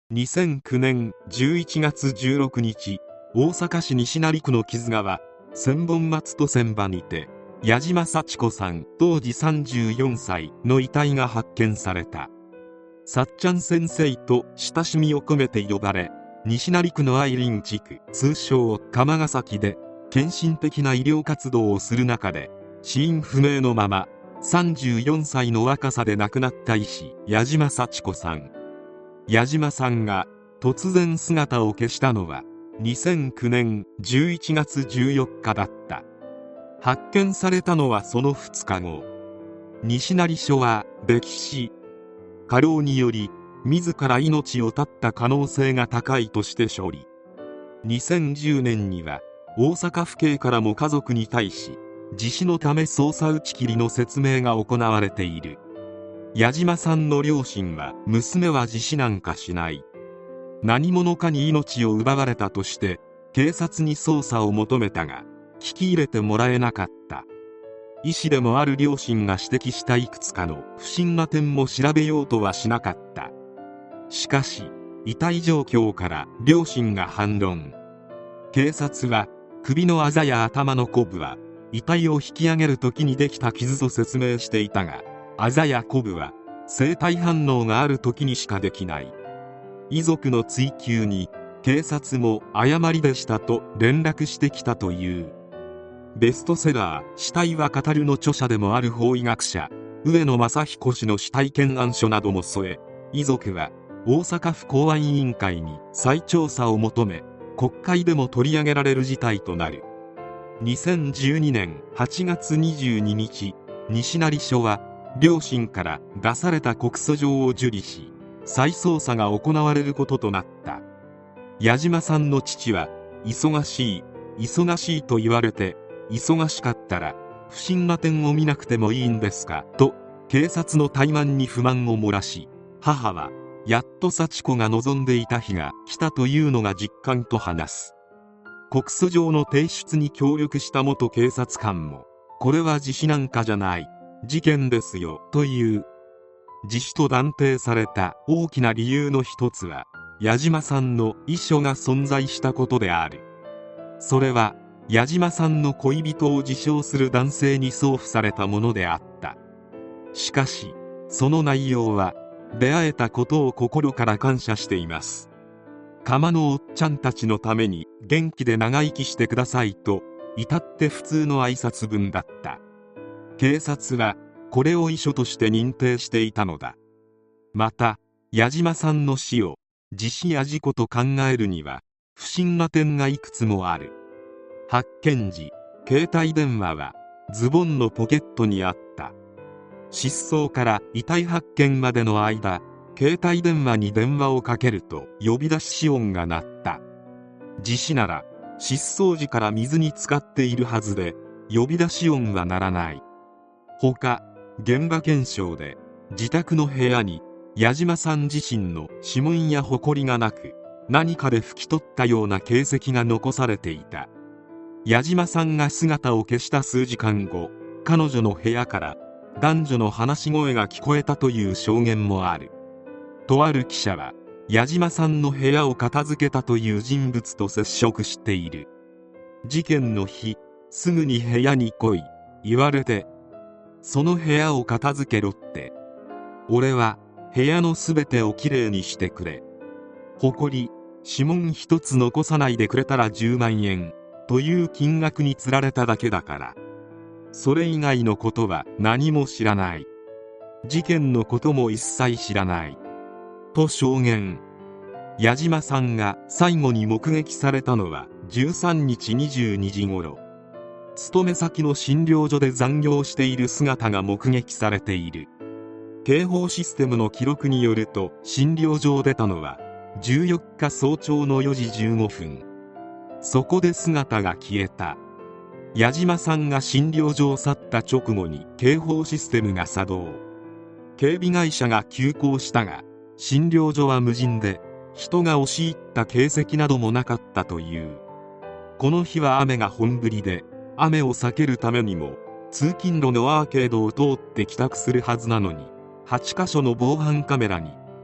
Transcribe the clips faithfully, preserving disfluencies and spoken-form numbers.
にせんきゅうねんじゅういちがつじゅうろくにち、大阪市西成区の木津川千本松渡船場にて、矢島幸子さん当時さんじゅうよんさいの遺体が発見された。さっちゃん先生と親しみを込めて呼ばれ、西成区の愛林地区通称釜ヶ崎で献身的な医療活動をする中で、死因不明のままさんじゅうよんさいの若さで亡くなった医師矢島幸子さん。矢島さんが突然姿を消したのはにせんきゅうねんじゅういちがつじゅうよっかだった。発見されたのはそのふつかご。西成署は溺死、過労により自ら命を絶った可能性が高いとして処理。にせんじゅうねんには大阪府警からも家族に対し自死のため捜査打ち切りの説明が行われている。矢島さんの両親は、娘は自死なんかしない、何者かに命を奪われたとして警察に捜査を求めたが聞き入れてもらえなかった。医師でもある両親が指摘したいくつかの不審な点も調べようとはしなかった。しかし遺体状況から両親が反論。警察は首のあざや頭のコブは遺体を引き上げる時にできた傷と説明していたが、あざやコブは生体反応がある時にしかできない。遺族の追及に警察も誤りでしたと連絡してきたという。ベストセラー「死体は語る」の著者でもある法医学者上野正彦氏の死体検案書なども添え、遺族は大阪府公安委員会に再調査を求め、国会でも取り上げられる事態となる。にせんじゅうにねんはちがつにじゅうににち、西成署は両親から出された告訴状を受理し、再捜査が行われることとなった。矢島さんの父は忙しい忙しいと言われて、忙しかったら不審な点を見なくてもいいんですかと警察の怠慢に不満を漏らし、母はやっと幸子が望んでいた日が来たというのが実感と話す。告訴状の提出に協力した元警察官も、これは自死なんかじゃない、事件ですよという。自死と断定された大きな理由の一つは矢島さんの遺書が存在したことである。それは矢島さんの恋人を自称する男性に送付されたものであった。しかしその内容は、出会えたことを心から感謝しています、釜のおっちゃんたちのために元気で長生きしてくださいと至って普通の挨拶文だった。警察はこれを遺書として認定していたのだ。また矢島さんの死を自死や事故と考えるには不審な点がいくつもある。発見時、携帯電話はズボンのポケットにあった。失踪から遺体発見までの間、携帯電話に電話をかけると呼び出し音が鳴った。自死なら失踪時から水に浸かっているはずで、呼び出し音は鳴らない。ほか、現場検証で自宅の部屋に矢島さん自身の指紋や埃がなく、何かで拭き取ったような形跡が残されていた。矢島さんが姿を消した数時間後、彼女の部屋から男女の話し声が聞こえたという証言もある。とある記者は矢島さんの部屋を片付けたという人物と接触している。事件の日、すぐに部屋に来い言われて、その部屋を片付けろって。俺は部屋のすべてをきれいにしてくれ、埃指紋一つ残さないでくれたらじゅうまんえんという金額に釣られただけだから、それ以外のことは何も知らない、事件のことも一切知らないと証言。矢島さんが最後に目撃されたのはじゅうさんにちにじゅうにじごろ、勤め先の診療所で残業している姿が目撃されている。警報システムの記録によると、診療所を出たのはじゅうよっか早朝のよじじゅうごふん。そこで姿が消えた。矢島さんが診療所を去った直後に警報システムが作動。警備会社が急行したが、診療所は無人で人が押し入った形跡などもなかったという。この日は雨が本降りで、雨を避けるためにも通勤路のアーケードを通って帰宅するはずなのに、はちかしょの防犯カメラに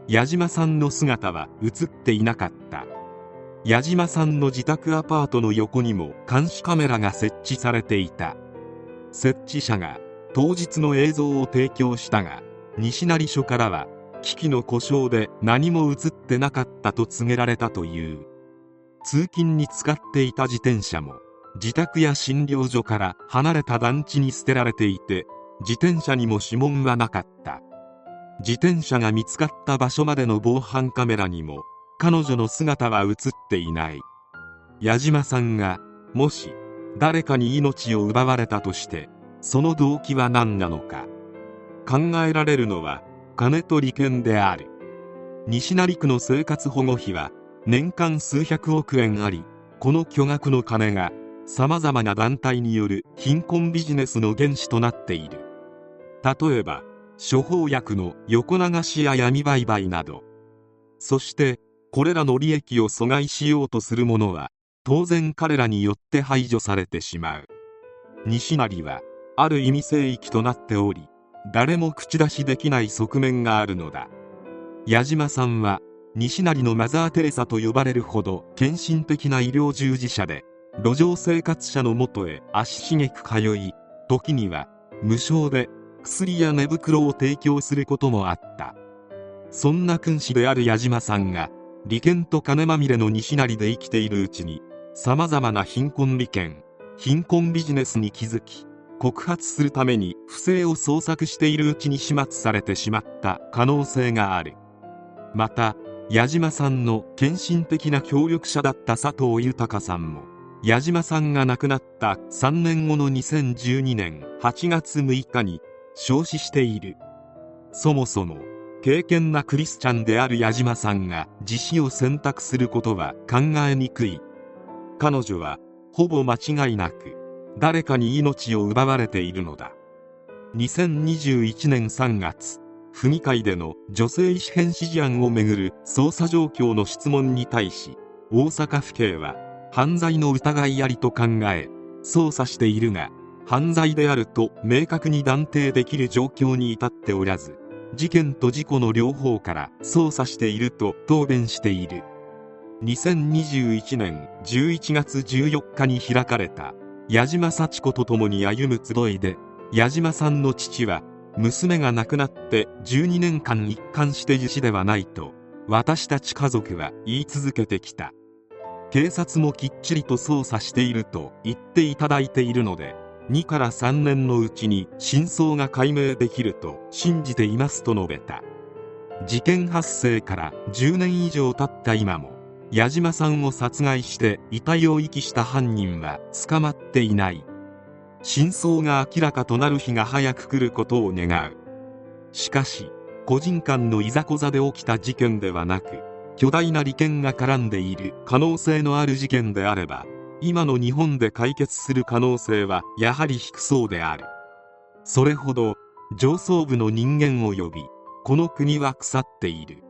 矢島さんの姿は映っていなかった。矢島さんの自宅アパートの横にも監視カメラが設置されていた。設置者が当日の映像を提供したが、西成署からは機器の故障で何も映ってなかったと告げられたという。通勤に使っていた自転車も自宅や診療所から離れた団地に捨てられていて、自転車にも指紋はなかった。自転車が見つかった場所までの防犯カメラにも彼女の姿は映っていない。矢島さんがもし誰かに命を奪われたとして、その動機は何なのか。考えられるのは金と利権である。西成区の生活保護費は年間数百億円あり、この巨額の金がさまざまな団体による貧困ビジネスの原資となっている。例えば処方薬の横流しや闇売買など。そしてこれらの利益を阻害しようとする者は当然彼らによって排除されてしまう。西成はある意味聖域となっており、誰も口出しできない側面があるのだ。矢島さんは西成のマザー・テレサと呼ばれるほど献身的な医療従事者で、路上生活者のもとへ足しげく通い、時には無償で薬や寝袋を提供することもあった。そんな君子である矢島さんが利権と金まみれの西成で生きているうちに、さまざまな貧困利権、貧困ビジネスに気づき、告発するために不正を捜索しているうちに始末されてしまった可能性がある。また矢島さんの献身的な協力者だった佐藤豊さんも、矢島さんが亡くなったさんねんごのにせんじゅうにねんはちがつむいかに焼死している。そもそも敬虔なクリスチャンである矢島さんが自死を選択することは考えにくい。彼女はほぼ間違いなく誰かに命を奪われているのだ。にせんにじゅういちねんさんがつ、府議会での女性医師編指示案をめぐる捜査状況の質問に対し、大阪府警は犯罪の疑いありと考え捜査しているが、犯罪であると明確に断定できる状況に至っておらず、事件と事故の両方から捜査していると答弁している。にせんにじゅういちねんじゅういちがつじゅうよっかに開かれた矢島幸子と共に歩む集いで、矢島さんの父は娘が亡くなってじゅうにねんかん一貫して自死ではないと私たち家族は言い続けてきた。警察もきっちりと捜査していると言っていただいているので、にからさんねんのうちに真相が解明できると信じていますと述べた。事件発生からじゅうねん以上経った今も、矢島さんを殺害して遺体を遺棄した犯人は捕まっていない。真相が明らかとなる日が早く来ることを願う。しかし個人間のいざこざで起きた事件ではなく、巨大な利権が絡んでいる可能性のある事件であれば、今の日本で解決する可能性はやはり低そうである。それほど上層部の人間を呼び、この国は腐っている。